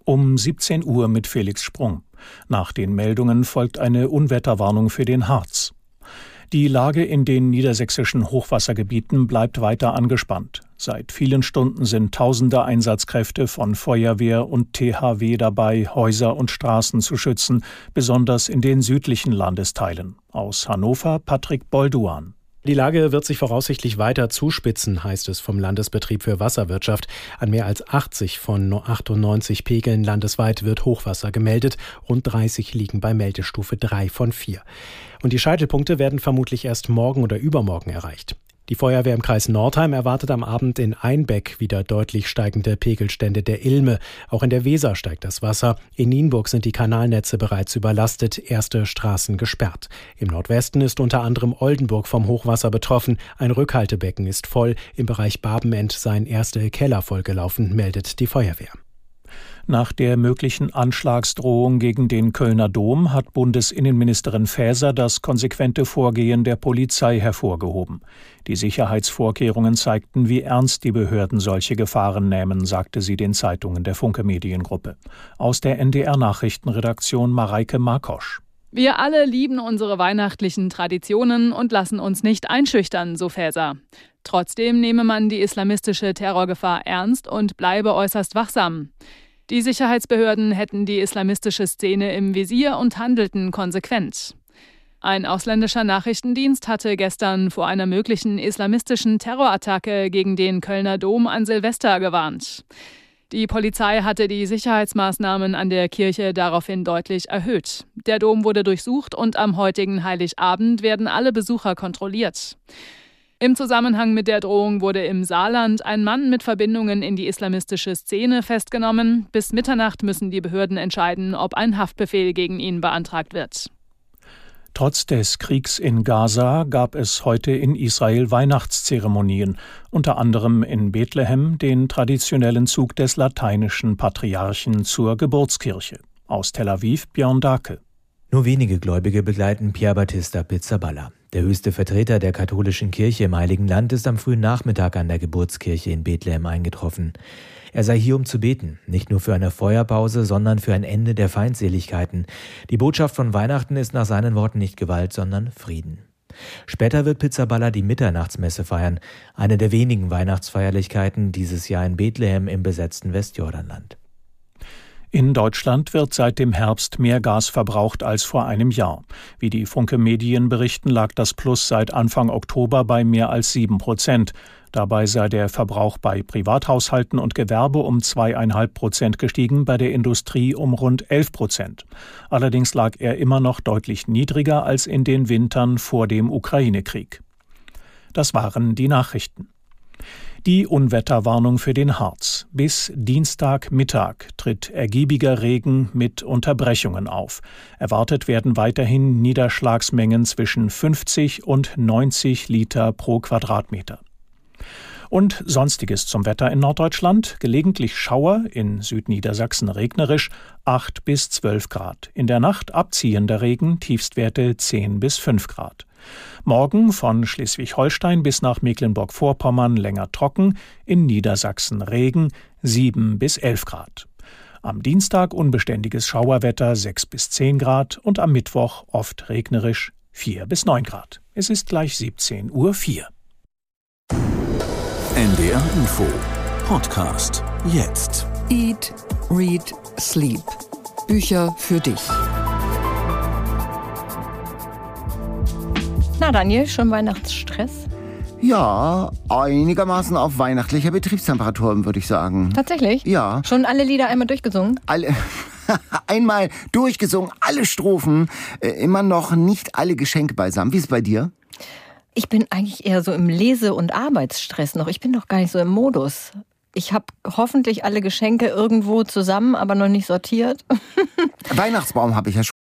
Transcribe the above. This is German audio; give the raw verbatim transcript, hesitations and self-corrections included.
Um siebzehn Uhr mit Felix Sprung. Nach den Meldungen folgt eine Unwetterwarnung für den Harz. Die Lage in den niedersächsischen Hochwassergebieten bleibt weiter angespannt. Seit vielen Stunden sind tausende Einsatzkräfte von Feuerwehr und T H W dabei, Häuser und Straßen zu schützen, besonders in den südlichen Landesteilen. Aus Hannover Patrick Bolduan. Die Lage wird sich voraussichtlich weiter zuspitzen, heißt es vom Landesbetrieb für Wasserwirtschaft. An mehr als achtzig von achtundneunzig Pegeln landesweit wird Hochwasser gemeldet. Rund dreißig liegen bei Meldestufe drei von vier. Und die Scheitelpunkte werden vermutlich erst morgen oder übermorgen erreicht. Die Feuerwehr im Kreis Nordheim erwartet am Abend in Einbeck wieder deutlich steigende Pegelstände der Ilme. Auch in der Weser steigt das Wasser. In Nienburg sind die Kanalnetze bereits überlastet, erste Straßen gesperrt. Im Nordwesten ist unter anderem Oldenburg vom Hochwasser betroffen. Ein Rückhaltebecken ist voll. Im Bereich Barbenend seien erste Keller vollgelaufen, meldet die Feuerwehr. Nach der möglichen Anschlagsdrohung gegen den Kölner Dom hat Bundesinnenministerin Faeser das konsequente Vorgehen der Polizei hervorgehoben. Die Sicherheitsvorkehrungen zeigten, wie ernst die Behörden solche Gefahren nehmen, sagte sie den Zeitungen der Funke Mediengruppe. Aus der N D R-Nachrichtenredaktion Mareike Markosch. Wir alle lieben unsere weihnachtlichen Traditionen und lassen uns nicht einschüchtern, so Faeser. Trotzdem nehme man die islamistische Terrorgefahr ernst und bleibe äußerst wachsam. Die Sicherheitsbehörden hätten die islamistische Szene im Visier und handelten konsequent. Ein ausländischer Nachrichtendienst hatte gestern vor einer möglichen islamistischen Terrorattacke gegen den Kölner Dom an Silvester gewarnt. Die Polizei hatte die Sicherheitsmaßnahmen an der Kirche daraufhin deutlich erhöht. Der Dom wurde durchsucht und am heutigen Heiligabend werden alle Besucher kontrolliert. Im Zusammenhang mit der Drohung wurde im Saarland ein Mann mit Verbindungen in die islamistische Szene festgenommen. Bis Mitternacht müssen die Behörden entscheiden, ob ein Haftbefehl gegen ihn beantragt wird. Trotz des Kriegs in Gaza gab es heute in Israel Weihnachtszeremonien, unter anderem in Bethlehem den traditionellen Zug des lateinischen Patriarchen zur Geburtskirche. Aus Tel Aviv Björn Dake. Nur wenige Gläubige begleiten Pier Battista Pizzaballa. Der höchste Vertreter der katholischen Kirche im Heiligen Land ist am frühen Nachmittag an der Geburtskirche in Bethlehem eingetroffen. Er sei hier, um zu beten, nicht nur für eine Feuerpause, sondern für ein Ende der Feindseligkeiten. Die Botschaft von Weihnachten ist nach seinen Worten nicht Gewalt, sondern Frieden. Später wird Pizzaballa die Mitternachtsmesse feiern, eine der wenigen Weihnachtsfeierlichkeiten dieses Jahr in Bethlehem im besetzten Westjordanland. In Deutschland wird seit dem Herbst mehr Gas verbraucht als vor einem Jahr. Wie die Funke Medien berichten, lag das Plus seit Anfang Oktober bei mehr als sieben Prozent. Dabei sei der Verbrauch bei Privathaushalten und Gewerbe um zweieinhalb Prozent gestiegen, bei der Industrie um rund elf Prozent. Allerdings lag er immer noch deutlich niedriger als in den Wintern vor dem Ukraine-Krieg. Das waren die Nachrichten. Die Unwetterwarnung für den Harz. Bis Dienstagmittag tritt ergiebiger Regen mit Unterbrechungen auf. Erwartet werden weiterhin Niederschlagsmengen zwischen fünfzig und neunzig Liter pro Quadratmeter. Und Sonstiges zum Wetter in Norddeutschland. Gelegentlich Schauer, in Südniedersachsen regnerisch, acht bis zwölf Grad. In der Nacht abziehender Regen, Tiefstwerte zehn bis fünf Grad. Morgen von Schleswig-Holstein bis nach Mecklenburg-Vorpommern länger trocken, in Niedersachsen Regen, sieben bis elf Grad. Am Dienstag unbeständiges Schauerwetter, sechs bis zehn Grad und am Mittwoch oft regnerisch, vier bis neun Grad. Es ist gleich siebzehn Uhr vier. N D R Info Podcast jetzt. Eat, Read, Sleep. Bücher für dich. Na Daniel, schon Weihnachtsstress? Ja, einigermaßen auf weihnachtlicher Betriebstemperatur, würde ich sagen. Tatsächlich? Ja. Schon alle Lieder einmal durchgesungen? Alle... Einmal durchgesungen, alle Strophen, äh, immer noch nicht alle Geschenke beisammen. Wie ist es bei dir? Ich bin eigentlich eher so im Lese- und Arbeitsstress noch. Ich bin noch gar nicht so im Modus. Ich habe hoffentlich alle Geschenke irgendwo zusammen, aber noch nicht sortiert. Weihnachtsbaum habe ich ja